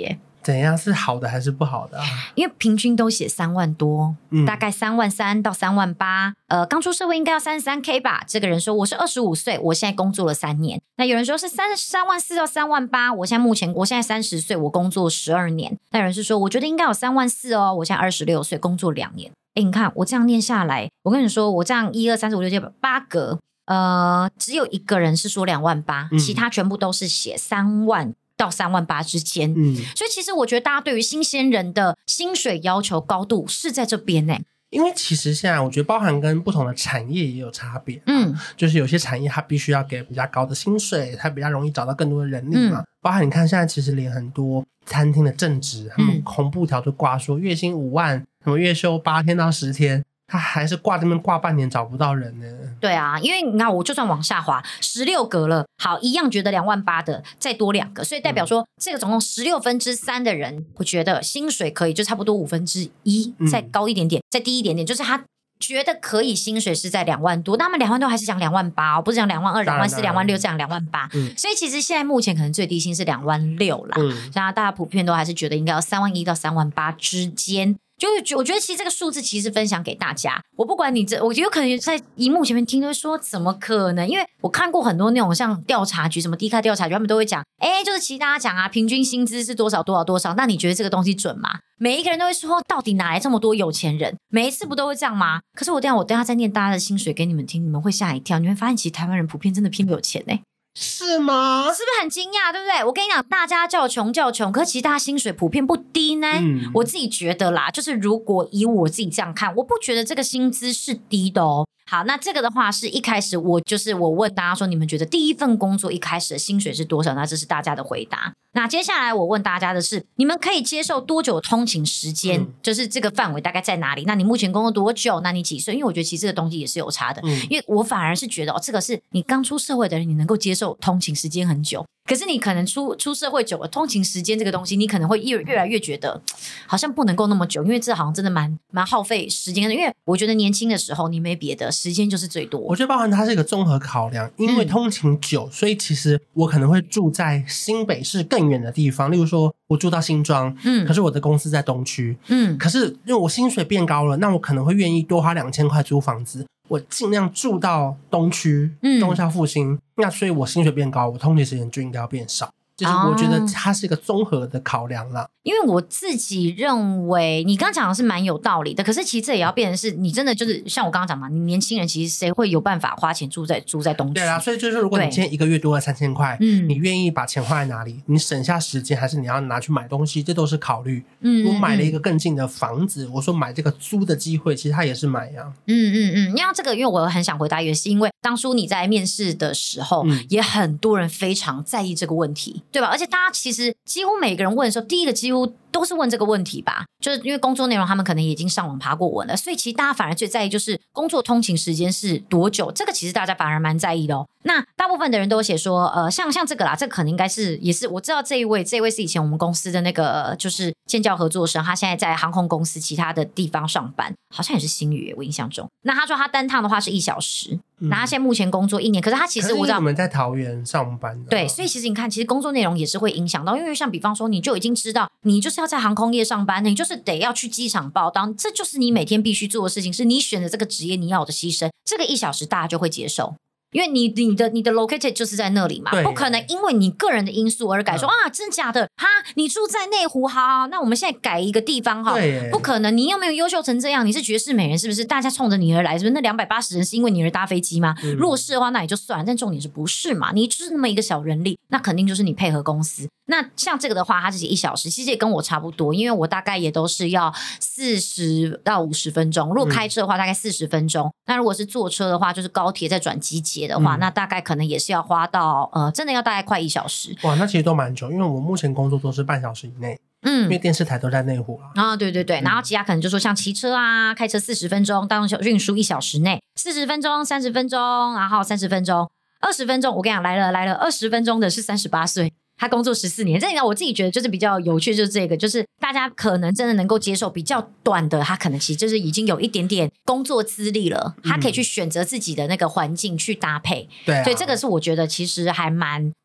怎样是好的还是不好的啊？ 因为平均都写三万多、嗯、大概三万三到三万八，呃，刚出社会应该要三十三 K 吧。这个人说我是二十五岁，我现在工作了三年。那有人说是三三万四到三万八，我现在目前我现在三十岁，我工作十二年。那有人是说我觉得应该有三万四哦，我现在二十六岁，工作两年。哎，你看我这样念下来，我跟你说，我这样一二三四五六七八格，呃，只有一个人是说两万八、嗯，其他全部都是写三万到三万八之间。嗯，所以其实我觉得大家对于新鲜人的薪水要求高度是在这边呢、欸。 因为其实现在我觉得包含跟不同的产业也有差别，嗯，就是有些产业它必须要给比较高的薪水，它比较容易找到更多的人力嘛。嗯、包含你看现在其实连很多餐厅的正职，他们红布条都挂说月薪五万，什么月休八天到十天。他还是挂这边挂半年找不到人呢。 对啊，因为你看我就算往下滑十六格了，好，一样觉得两万八的再多两个，所以代表说、嗯、这个总共十六分之三的人会觉得薪水可以就差不多五分之一、嗯、再高一点点再低一点点，就是他觉得可以薪水是在两万多，那他们两万多还是讲两万八、哦、不是讲两万二两万四两万六这样两万八、嗯、所以其实现在目前可能最低薪是两万六啦，嗯，大家普遍都还是觉得应该要三万一到三万八之间。就我觉得其实这个数字其实分享给大家，我不管你这，我觉得可能在荧幕前面听都会说怎么可能，因为我看过很多那种像调查局什么 D 卡调查局，他们都会讲哎，就是其实大家讲啊平均薪资是多少多少多少，那你觉得这个东西准吗？每一个人都会说到底哪来这么多有钱人，每一次不都会这样吗？可是我等一下我等一下再念大家的薪水给你们听，你们会吓一跳，你会发现其实台湾人普遍真的偏有钱欸。 是吗？ 是不是很惊讶，对不对？我跟你讲，大家叫穷叫穷，可是其实大家薪水普遍不低呢、嗯、我自己觉得啦，就是如果以我自己这样看，我不觉得这个薪资是低的哦。好，那这个的话是一开始我就是我问大家说，你们觉得第一份工作一开始的薪水是多少？那这是大家的回答。那接下来我问大家的是，你们可以接受多久通勤时间、嗯、就是这个范围大概在哪里？那你目前工作多久？那你几岁？因为我觉得其实这个东西也是有差的、嗯、因为我反而是觉得、哦、这个是你刚出社会的人你能够接受通勤时间很久，可是你可能出出社会久了，通勤时间这个东西你可能会越越来越觉得好像不能够那么久，因为这好像真的蛮蛮耗费时间的。因为我觉得年轻的时候你没别的时间就是最多， 我觉得包含它是一个综合考量，因为通勤久、嗯、所以其实我可能会住在新北市更远的地方，例如说我住到新庄，嗯，可是我的公司在东区，嗯，可是因为我薪水变高了，那我可能会愿意多花两千块租房子，我尽量住到东区、嗯、东校复兴，那所以我薪水变高，我通勤时间就应该要变少，就是我觉得它是一个综合的考量啦。 因为我自己认为你刚刚讲的是蛮有道理的，可是其实这也要变成是你真的就是像我刚刚讲嘛，你年轻人其实谁会有办法花钱住在住在东区？ 对啊，所以就是如果你今天一个月多了三千块，你愿意把钱花在哪里？你省下时间还是你要拿去买东西？这都是考虑。嗯，我买了一个更近的房子，我说买这个租的机会，其实它也是买呀。 嗯嗯嗯，那这个因为我很想回答，也是因为当初你在面试的时候、嗯，也很多人非常在意这个问题，对吧？而且大家其实几乎每个人问的时候，第一个几乎都是问这个问题吧，就是因为工作内容他们可能已经上网爬过文了，所以其实大家反而最在意就是工作通勤时间是多久，这个其实大家反而蛮在意的哦。那大部分的人都写说呃，像像这个啦，这个可能应该是也是我知道这一位这一位是以前我们公司的那个就是建教合作生，他现在在航空公司其他的地方上班，好像也是星宇我印象中。那他说他单趟的话是一小时，嗯、那他现在目前工作一年，可是他其实我知道你们在桃园上班， 对，所以其实你看其实工作内容也是会影响到，因为像比方说你就已经知道你就是要在航空业上班，你就是得要去机场报到，这就是你每天必须做的事情，是你选择这个职业你要的牺牲，这个一小时大家就会接受，因为你你的你的 located 就是在那里嘛，不可能因为你个人的因素而改说、嗯、啊真的假的哈，你住在内湖，好好那我们现在改一个地方哈，不可能，你又没有优秀成这样，你是绝世美人是不是？大家冲着你而来是不是？那两百八十人是因为你而搭飞机吗？嗯、如果是的话那也就算了，但重点是不是嘛？你就是那么一个小人力，那肯定就是你配合公司。那像这个的话它是一小时，其实也跟我差不多，因为我大概也都是要四十到五十分钟，如果开车的话大概四十分钟、嗯、那如果是坐车的话就是高铁再转机捷的话、嗯、那大概可能也是要花到呃，真的要大概快一小时。 哇，那其实都蛮久，因为我目前工作都是半小时以内，嗯，因为电视台都在内湖啊。 啊，对对对，然后其他可能就说像骑车啊、开车四十分钟，当运输一小时内，四十分钟、三十分钟，然后三十分钟、二十分钟。我跟你讲，来了来了，二十分钟的是三十八岁。他工作十四年，这你知道我自己觉得就是比较有趣，就是这个，就是大家可能真的能够接受比较短的，他可能其实就是已经有一点点工作资历了，他可以去选择自己的那个环境去搭配。对、啊，所以这个是我觉得其实还蛮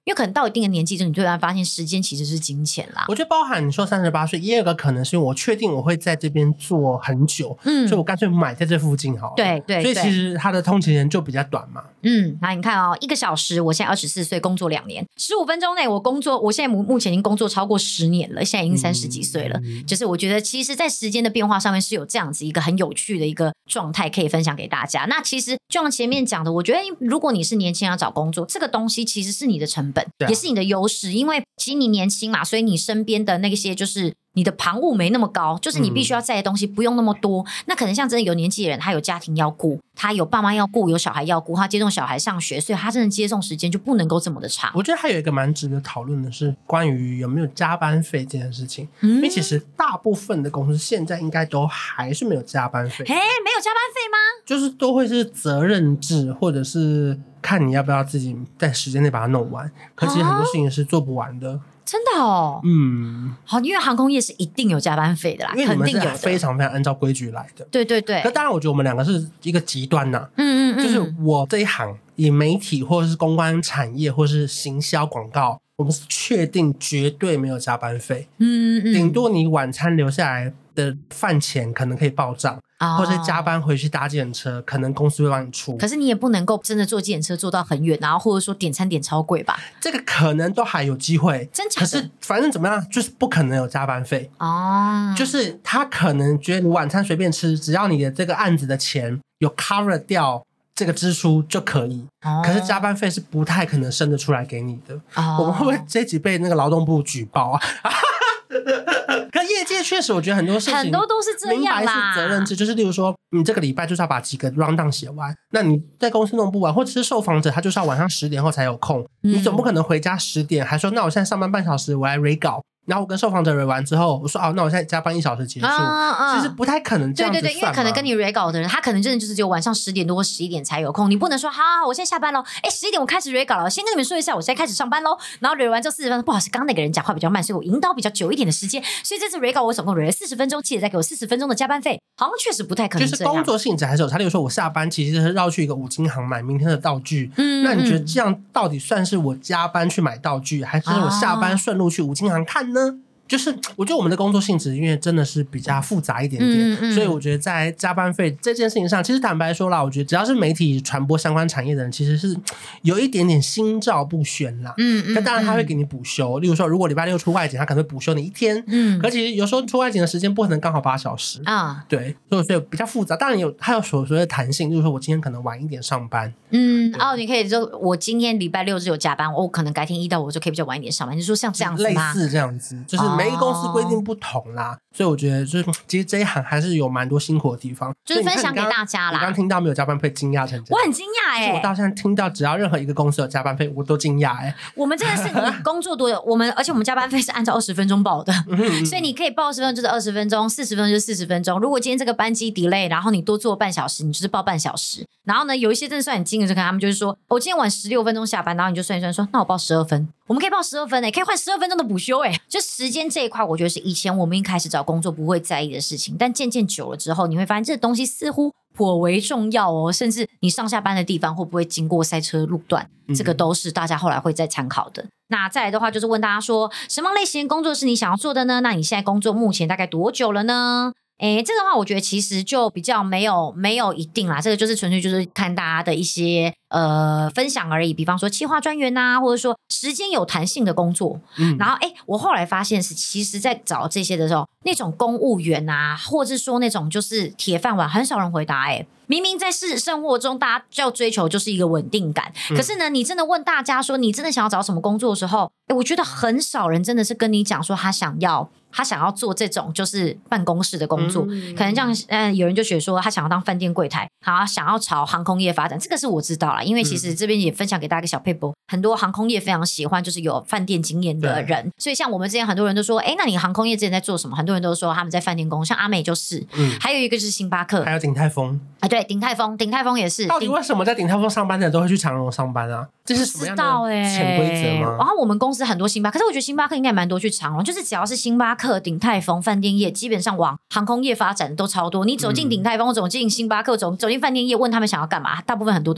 因为可能到一定的年纪，就你突然发现时间其实是金钱啦。 我觉得包含你说三十八岁，也有个可能是因为我确定我会在这边做很久，嗯，所以我干脆买在这附近好了。 对对， 所以其实它的通勤人就比较短嘛。 嗯，那你看哦，一个小时，我现在二十四岁，工作两年，十五分钟内我工作，我现在目前已经工作超过十年了，现在已经三十几岁了。嗯、就是我觉得，其实，在时间的变化上面是有这样子一个很有趣的一个状态可以分享给大家。那其实就像前面讲的，我觉得如果你是年轻人要找工作，这个东西其实是你的成本，啊、也是你的优势，因为其实你年轻嘛，所以你身边的那些就是你的旁骛没那么高，就是你必须要载的东西不用那么多。嗯、那可能像真的有年纪的人，他有家庭要顾，他有爸妈要顾，有小孩要顾，他接送小孩上学，所以他真的接送时间就不能够这么的长。 我觉得还有一个蛮值得讨论的是关于有没有加班费这件事情，嗯、因为其实大部分的公司现在应该都还是没有加班费。 嘿，没有加班费吗？ 就是都会是责任制，或者是看你要不要自己在时间内把它弄完。可其实很多事情是做不完的。哦， 真的哦， 嗯， 好，因为航空业是一定有加班费的啦， 因为你们是非常非常按照规矩来的， 对对对。 可当然，我觉得我们两个是一个极端呐、啊，嗯嗯嗯，就是我这一行以媒体或者是公关产业或是行销广告，我们是确定绝对没有加班费，嗯嗯，顶多你晚餐留下来的饭钱可能可以报账。哦、或者加班回去搭计程车，可能公司会帮你出。 可是你也不能够真的坐计程车坐到很远，然后或者说点餐点超贵吧？ 这个可能都还有机会， 真假的？ 可是反正怎么样，就是不可能有加班费哦。就是他可能觉得你晚餐随便吃，只要你的这个案子的钱有 cover 掉这个支出就可以。哦、可是加班费是不太可能生得出来给你的。哦、我们会不会这一集被那个劳动部举报啊？可业界确实我觉得很多事情很多都是这样啦，明白是责任制，就是例如说你这个礼拜就是要把几个 round down 写完，那你在公司弄不完，或者是受访者他就是要晚上十点后才有空，嗯、你总不可能回家十点还说那我现在上班半小时我来 re 稿，然后我跟受访者 re 完之后我说哦那我现在加班一小时结束，啊啊、其实不太可能这样子算嘛。 对对对，因为可能跟你 re 稿的人他可能真的就是只有晚上十点多或十一点才有空，你不能说好好好我现在下班咯，哎十一点我开始 re 稿了，先跟你们说一下我现在开始上班咯，然后 re 完之后四十分钟，不好意思刚刚那个人讲话比较慢，所以我引导比较久一点的时间，所以这次 re 稿我总共 re 了四十分钟，记得再给我四十分钟的加班费，好像确实不太可能这样。 就是工作性质还是有差，例如说我下班其实是绕去一个五金行买明天的道具，嗯，那你觉得这样到底算是我加班去买道具，还是我下班顺路去五金行看呢？啊就是我觉得我们的工作性质因为真的是比较复杂一点点，嗯嗯，所以我觉得在加班费这件事情上，其实坦白说啦，我觉得只要是媒体传播相关产业的人其实是有一点点心照不宣啦，嗯嗯，可当然他会给你补休，例如说如果礼拜六出外景他可能会补休你一天，嗯，可其实有时候出外景的时间不可能刚好八小时啊，对，所以比较复杂，当然有还有所谓的弹性，就是说我今天可能晚一点上班， 嗯，哦你可以就我今天礼拜六日有加班，我可能改天一到我就可以比较晚一点上班，你说像这样子吗？ 类似这样子，就是每一个公司规定不同啦，哦、所以我觉得就是其实这一行还是有蛮多辛苦的地方， 就是分享给大家啦。 你刚听到没有加班费惊讶成这样， 我很惊讶哎！ 我到现在听到只要任何一个公司有加班费，我都惊讶哎。 我们真的是你工作多久，我们而且我们加班费是按照二十分钟报的，嗯、所以你可以报二十分钟就是二十分钟，四十分钟就是四十分钟。如果今天这个班机 delay， 然后你多做半小时，你就是报半小时。然后呢，有一些真的算很精的，就看他们就是说，我今天晚十六分钟下班，然后你就算一算说，那我报十二分。我们可以报十二分诶，可以换十二分钟的补休诶。就时间这一块，我觉得是以前我们一开始找工作不会在意的事情，但渐渐久了之后，你会发现这东西似乎颇为重要哦。甚至你上下班的地方会不会经过塞车路段，这个都是大家后来会再参考的。那再来的话，就是问大家说，什么类型的工作是你想要做的呢？那你现在工作目前大概多久了呢？诶，这个的话，我觉得其实就比较没有没有一定啦，这个就是纯粹就是看大家的一些呃分享而已。比方说企划专员啊，或者说时间有弹性的工作。嗯，然后诶，我后来发现是，其实在找这些的时候，那种公务员啊，或者是说那种就是铁饭碗，很少人回答诶。明明在是生活中，大家就要追求就是一个稳定感。嗯、可是呢，你真的问大家说，你真的想要找什么工作的时候，诶，我觉得很少人真的是跟你讲说他想要。他想要做这种就是办公室的工作，嗯、可能这样，嗯，有人就写说他想要当饭店柜台，他想要朝航空业发展，这个是我知道啦，因为其实这边也分享给大家一个小 paper， 很多航空业非常喜欢就是有饭店经验的人，所以像我们之前很多人都说，哎，那你航空业之前在做什么？很多人都说他们在饭店工，像阿美就是，嗯，还有一个就是星巴克， 还有鼎泰丰啊，对，鼎泰丰，鼎泰丰也是。 到底为什么在鼎泰丰上班的人都会去长荣上班啊？这是什么样的潜规则吗？ 然后我们公司很多星巴克，可是我觉得星巴克应该蛮多去长荣，就是只要是星巴克、鼎泰丰。饭店业基本上往航空业发展的都超多，你走进鼎泰丰、嗯、走进星巴克、走走进饭店业，问他们想要干嘛，大部分很多都是直接讲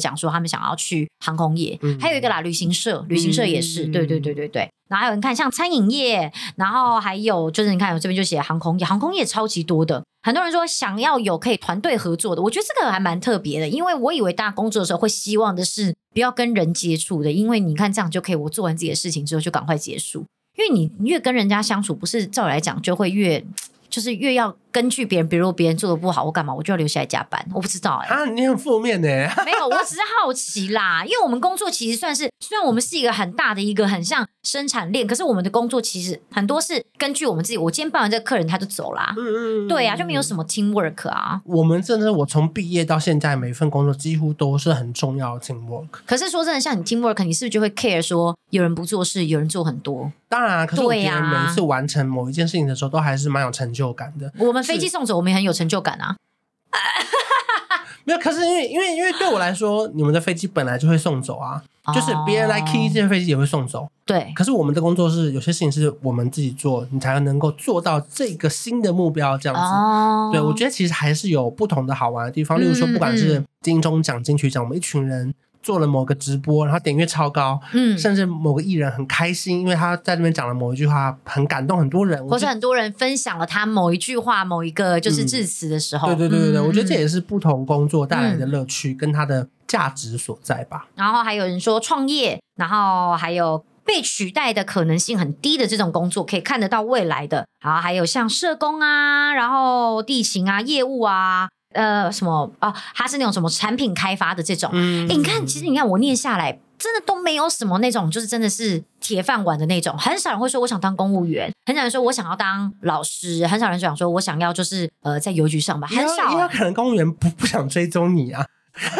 讲说他们想要去航空业，嗯、还有一个啦旅行社，旅行社也是，嗯、对对对对对。然后还有你看像餐饮业，然后还有就是你看我这边就写航空业，航空业超级多的。很多人说想要有可以团队合作的，我觉得这个还蛮特别的，因为我以为大家工作的时候会希望的是不要跟人接触的，因为你看这样就可以我做完自己的事情之后就赶快结束，因为你越跟人家相处，不是照理来讲就会越就是越要根据别人，比如别人做的不好我干嘛我就要留下来加班，我不知道哎、欸。 啊，你很负面呢、欸。 没有，我只是好奇啦，因为我们工作其实算是，虽然我们是一个很大的一个很像生产链，可是我们的工作其实很多是根据我们自己，我今天办完这个客人他就走啦，嗯嗯，对啊，就没有什么 teamwork 啊。 我们真的，我从毕业到现在每一份工作几乎都是很重要的 teamwork。 可是说真的，像你 teamwork， 你是不是就会 care 说有人不做事，有人做很多？ 当然、啊，可是我觉得每一次完成某一件事情的时候，都还是蛮有成就感的。 我们飞机送走，我们也很有成就感啊。 没有，可是因为因为因为对我来说，你们的飞机本来就会送走啊，哦、就是别人来 key 这些飞机也会送走。 对， 可是我们的工作是有些事情是我们自己做，你才能够做到这个新的目标，这样子。哦、对，我觉得其实还是有不同的好玩的地方，例如说，不管是金钟奖、金曲奖，我们一群人做了某个直播，然后点阅超高，嗯，甚至某个艺人很开心，因为他在那边讲了某一句话，很感动很多人， 或是很多人分享了他某一句话、某一个就是致辞的时候， 嗯、对对对对，嗯、我觉得这也是不同工作带来的乐趣、嗯、跟它的价值所在吧。 然后还有人说创业，然后还有被取代的可能性很低的这种工作，可以看得到未来的。然后还有像社工啊，然后地勤啊，业务啊。呃，什么啊？它是那种什么产品开发的这种，嗯，你看，其实你看我念下来，真的都没有什么那种，就是真的是铁饭碗的那种。很少人会说我想当公务员，很少人说我想要当老师，很少人想说我想要就是呃在邮局上班，很少、啊。 因为可能公务员不不想追踪你啊。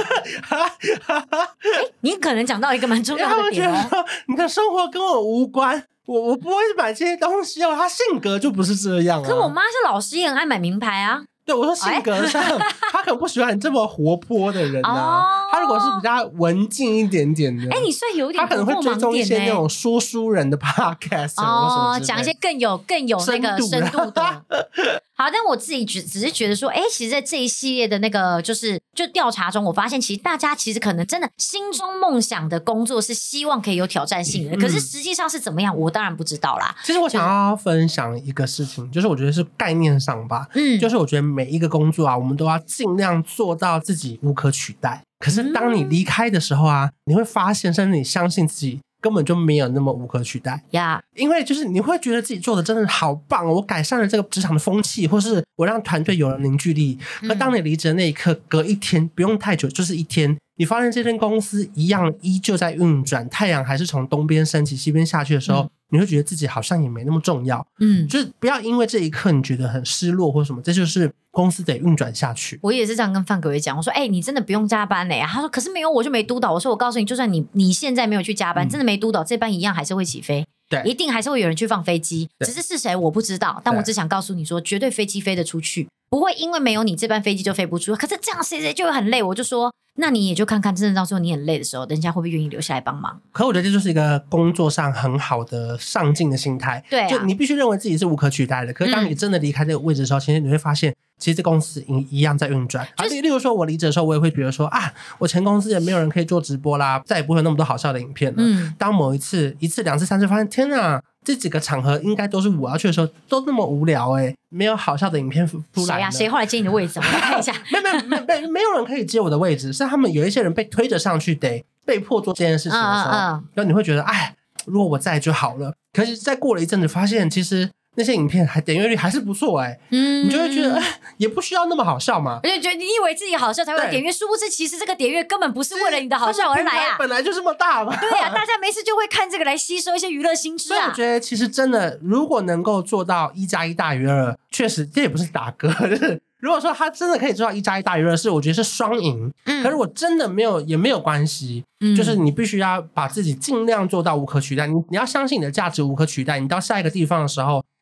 欸、你可能讲到一个蛮重要的点哦。 你的生活跟我无关。我我不会买这些东西哦，他性格就不是这样啊。 可我妈是老师，也很爱买名牌啊。 对，我说性格上，欸、他可能不喜欢你这么活泼的人啊。哦、他如果是比较文静一点点的， 哎、欸，你算有点、欸， 他可能会追踪一些那种说书人的 podcast 哦，讲一些更有更有那个深度的。好，但我自己只只是觉得说，哎、欸，其实，在这一系列的那个就是就调查中，我发现其实大家其实可能真的心中梦想的工作是希望可以有挑战性的，嗯、可是实际上是怎么样，我当然不知道啦。 其实我想要分享一个事情，就是我觉得是概念上吧，嗯，就是我觉得每一个工作啊，我们都要尽量做到自己无可取代。可是当你离开的时候啊，嗯、你会发现，甚至你相信自己根本就没有那么无可取代呀。Yeah. 因为就是你会觉得自己做的真的好棒，我改善了这个职场的风气，或是我让团队有了凝聚力。那、嗯、当你离职的那一刻，隔一天不用太久，就是一天，你发现这间公司一样依旧在运转，太阳还是从东边升起西边下去的时候、嗯、你会觉得自己好像也没那么重要。嗯，就是不要因为这一刻你觉得很失落或什么，这就是公司得运转下去。 我也是这样跟范可伟讲，我说哎、欸，你真的不用加班欸。他说可是没有我就没督导。我说我告诉你，就算你你现在没有去加班、嗯、真的没督导，这班一样还是会起飞。对，一定还是会有人去放飞机，只是是谁我不知道，但我只想告诉你说，绝对飞机飞得出去，不会因为没有你这班飞机就飞不出。可是这样谁谁就会很累，我就说那你也就看看真的到时候你很累的时候，人家会不会愿意留下来帮忙。 可我觉得这就是一个工作上很好的上进的心态。 对、啊， 就你必须认为自己是无可取代的，可是当你真的离开这个位置的时候、嗯、其实你会发现其实这公司一样在运转、就是啊、例如说我离职的时候，我也会觉得说啊，我前公司也没有人可以做直播啦，再也不会有那么多好笑的影片了、嗯、当某一次一次两次三次发现天哪，这几个场合应该都是我要去的时候，都那么无聊哎、欸，没有好笑的影片出来。 谁呀、啊？谁后来接你的位置？我来看一下。 没有没有没有没有人可以接我的位置，是他们有一些人被推着上去，得被迫做这件事情的时候，然后你会觉得哎，如果我在就好了。可是再过了一阵子，发现其实那些影片还点阅率还是不错哎、欸，嗯，你就会觉得哎，也不需要那么好笑嘛。 而且觉得你以为自己好笑才会有点阅，殊不知其实这个点阅根本不是为了你的好笑而来啊， 本来就这么大嘛。 对啊，大家没事就会看这个来吸收一些娱乐新知啊。 所以我觉得其实真的，如果能够做到一加一大于二，确实这也不是打歌，就是如果说他真的可以做到一加一大于二，是我觉得是双赢。嗯，可是我真的没有也没有关系。嗯，就是你必须要把自己尽量做到无可取代，你你要相信你的价值无可取代，你到下一个地方的时候。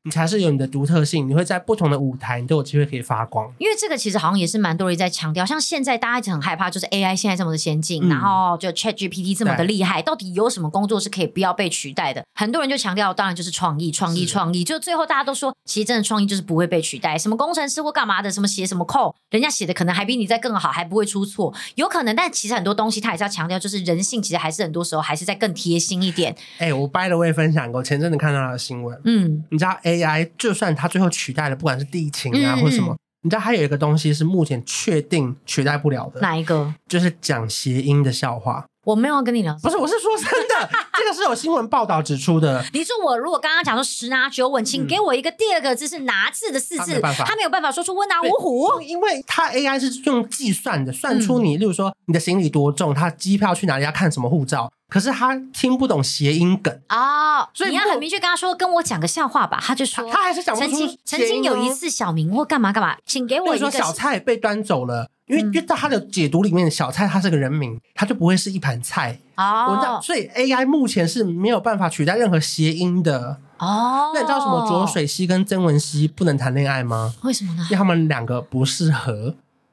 你才是有你的独特性，你会在不同的舞台你都有机会可以发光。 因为这个其实好像也是蛮多人在强调，像现在大家一直很害怕，就是 A I 现在这么的先进，嗯、然后就 ChatGPT 这么的厉害，到底有什么工作是可以不要被取代的？很多人就强调，当然就是创意，创意，创意。就最后大家都说，其实真的创意就是不会被取代。什么工程师或干嘛的，什么写什么 code， 人家写的可能还比你再更好，还不会出错，有可能。但其实很多东西他也是要强调，就是人性其实还是很多时候还是在更贴心一点。 哎、欸，我 by the way 分享过，前阵子看到的新闻， 嗯， 你知道 A I 就算它最后取代了，不管是地勤啊、嗯、或什么，你知道它有一个东西是目前确定取代不了的， 哪一个？ 就是讲谐音的笑话。 我没有跟你聊， 不是，我是说真的，这个是有新闻报道指出的。 你说我如果刚刚讲说十拿九稳，请给我一个第二个字是拿字的四字， 他 没, 他没有办法说出温拿五虎， 因为他 A I 是用计算的，算出你，嗯、例如说你的行李多重，他机票去哪里要看什么护照。可是他听不懂谐音梗哦，所以你要很明确跟他说，跟我讲个笑话吧。他就说， 他, 他还是讲不出曾经曾经有一次小明或干嘛干嘛，请给我一个。 说小菜被端走了，因为、嗯、因为在他的解读里面，小菜他是个人名，他就不会是一盘菜哦。所以 A I 目前是没有办法取代任何谐音的哦。那你知道什么浊水溪跟曾文溪不能谈恋爱吗？ 为什么呢？ 因为他们两个不适合。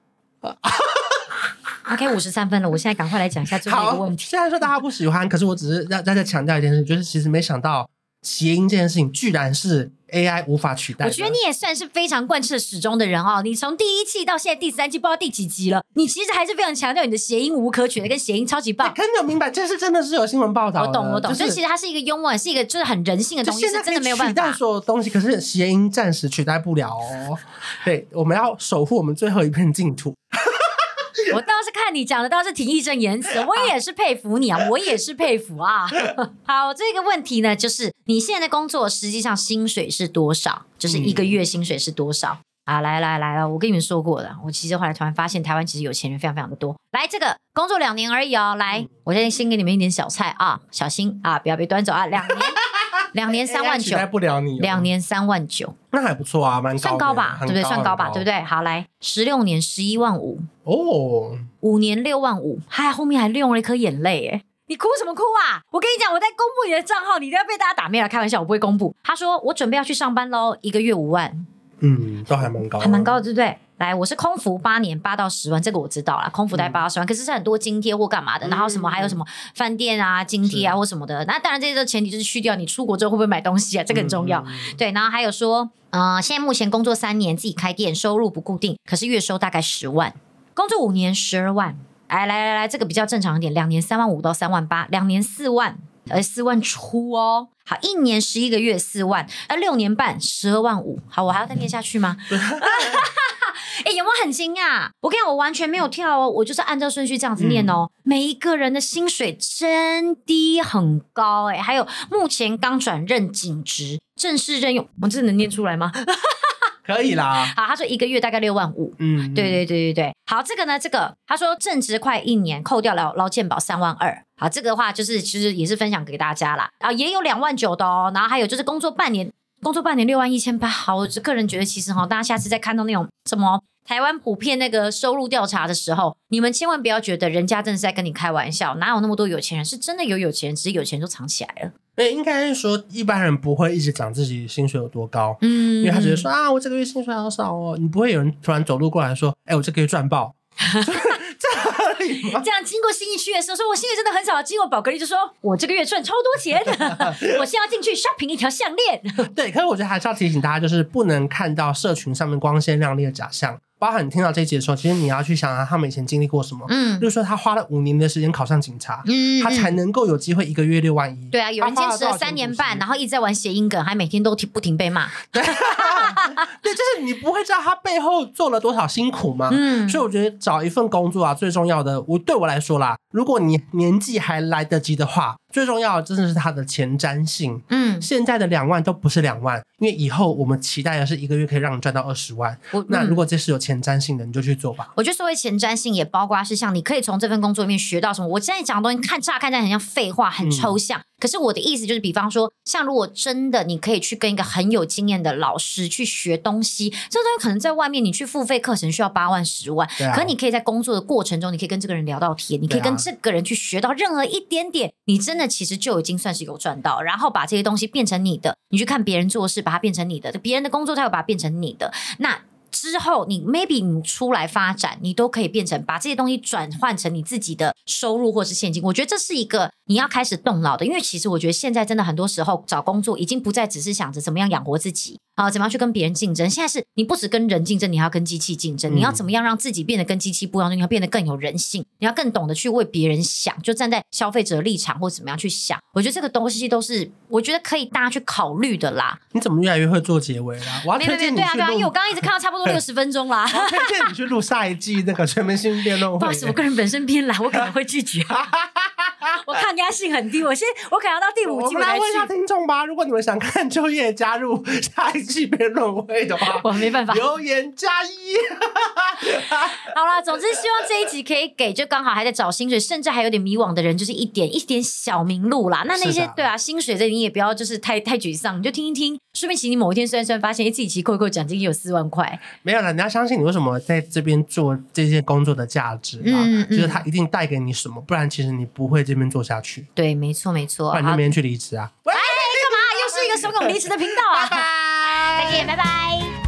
OK， 五十三分了，我现在赶快来讲一下最后一个问题。 虽然说大家不喜欢，可是我只是要再强调一件事，就是其实没想到谐音这件事情居然是 A I 无法取代的。 我觉得你也算是非常贯彻始终的人哦。你从第一季到现在第三季，不知道第几集了，你其实还是非常强调你的谐音无可取代，跟谐音超级棒。 可是你有明白，这是真的是有新闻报道的。 我懂，我懂。 就是、 就其实它是一个幽默，是一个就是很人性的东西，是真的没有办法取代所有东西。可是谐音暂时取代不了哦。对，我们要守护我们最后一片净土。 我倒是看你讲的倒是挺义正言辞，我也是佩服你啊，我也是佩服啊。好，这个问题呢，就是你现在的工作实际上薪水是多少？就是一个月薪水是多少？嗯、啊，来来来了，我跟你们说过的，我其实后来突然发现台湾其实有钱人非常非常的多。来，这个工作两年而已哦，来，我先先给你们一点小菜啊，小心啊，不要被端走啊，两年。两年三万九， 取代不了你。 两年三万九， 那还不错啊，蛮高的， 算高吧，对不对？算高吧，对不对？好，来，十六年十一万五哦，五年六万五，还后面还用了一颗眼泪，哎，你哭什么哭啊？我跟你讲，我在公布你的账号，你都要被大家打灭了。开玩笑，我不会公布。他说我准备要去上班喽，一个月五万， 嗯，都还蛮高的， 还蛮高的，对不对？来，我是空服八年八到十万，这个我知道啦，空服大概八到十万，嗯、可是是很多津贴或干嘛的，然后什么、嗯、还有什么饭店啊、津贴啊或什么的。那当然，这些前提就是去掉你出国之后会不会买东西啊，这个很重要。嗯、对，然后还有说，呃，现在目前工作三年，自己开店，收入不固定，可是月收大概十万，工作五年十二万。来来来来，这个比较正常一点，两年三万五到三万八，两年四万。呃，四万出哦，好，一年十一个月四万，呃，六年半十二万五，好，我还要再念下去吗？哎、欸，有没有很惊讶？我跟你讲，我完全没有跳哦，我就是按照顺序这样子念哦。嗯、每一个人的薪水真的很高哎、欸，还有目前刚转任警职，正式任用，我这能念出来吗？ 可以啦。 好，他说一个月大概六万五。嗯，对对对对对。好，这个呢，这个他说正职快一年，扣掉劳劳健保三万二。好，这个的话就是其实也是分享给大家啦。啊，也有两万九的哦。然后还有就是工作半年，工作半年六万一千八。好，我个人觉得其实哈，大家下次再看到那种什么台湾普遍那个收入调查的时候，你们千万不要觉得人家真的是在跟你开玩笑，哪有那么多有钱人？是真的有有钱人，只是有钱人都藏起来了。 对，应该是说一般人不会一直讲自己薪水有多高，嗯，因为他只是说啊，我这个月薪水好少哦，你不会有人突然走路过来说，哎、欸，我这个月赚爆，这合理吗？ 这样经过信义区的时候，说我薪水真的很少，经过宝格丽就说我这个月赚超多钱，我现在要进去 shopping 一条项链。 对，可是我觉得还是要提醒大家，就是不能看到社群上面光鲜亮丽的假象。包含你听到这一集的时候，其实你要去想想他们以前经历过什么。嗯，就是说他花了五年的时间考上警察，嗯，他才能够有机会一个月六万一。 对啊，有人坚持了三年半，然后一直在玩谐音梗，还每天都不停被骂。 对，对，就是你不会知道他背后做了多少辛苦嘛。嗯，所以我觉得找一份工作啊，最重要的，我对我来说啦，如果你年纪还来得及的话，最重要的真的是它的前瞻性。嗯，现在的两万都不是两万，因为以后我们期待的是一个月可以让你赚到二十万。那如果这是有前瞻性的，你就去做吧。 我觉得所谓前瞻性也包括是像你可以从这份工作里面学到什么。我现在讲的东西看乍看起来很像废话，很抽象。嗯， 可是我的意思就是比方说像如果真的你可以去跟一个很有经验的老师去学东西，这东西可能在外面你去付费课程需要八万十万、啊、可是你可以在工作的过程中你可以跟这个人聊到天，你可以跟这个人去学到任何一点点，你真的其实就已经算是有赚到，然后把这些东西变成你的，你去看别人做事把它变成你的，别人的工作他会把它变成你的，那之后你 maybe 你出来发展你都可以变成把这些东西转换成你自己的收入或是现金。我觉得这是一个你要开始动脑的，因为其实我觉得现在真的很多时候找工作已经不再只是想着怎么样养活自己啊，怎么样去跟别人竞争，现在是你不只跟人竞争，你还要跟机器竞争、嗯、你要怎么样让自己变得跟机器不一样，你要变得更有人性，你要更懂得去为别人想，就站在消费者立场或怎么样去想。我觉得这个东西都是我觉得可以大家去考虑的啦。 你怎么越来越会做结尾啦？我要推荐你去录，对啊对啊， 因为我刚刚一直看到差不多六十分钟啦。 我要推荐你去录下一季那个全明星辩论会。 不好意思，我个人本身偏懒，我可能会拒绝。我抗压性很低，我先我可能要到第五季我们来问一下听众吧，如果你们想看就业加入下一季辩论会的话， 我没办法， 留言加一。 好啦，总之希望这一集可以给就刚好还在找薪水甚至还有点迷惘的人就是一点一点小明路啦。那那些对啊薪水这你也不要就是太太沮丧，你就听一听，说不定你某一天虽然虽然发现自己其实扣一扣奖金也有四万块。 没有啦，你要相信你为什么在这边做这些工作的价值嘛、嗯嗯、就是它一定带给你什么，不然其实你不会这边做下去。 对，没错没错， 不然你就明天去离职啊。 哎，干嘛又是一个怂恿离职的频道啊。拜拜，再见，拜拜。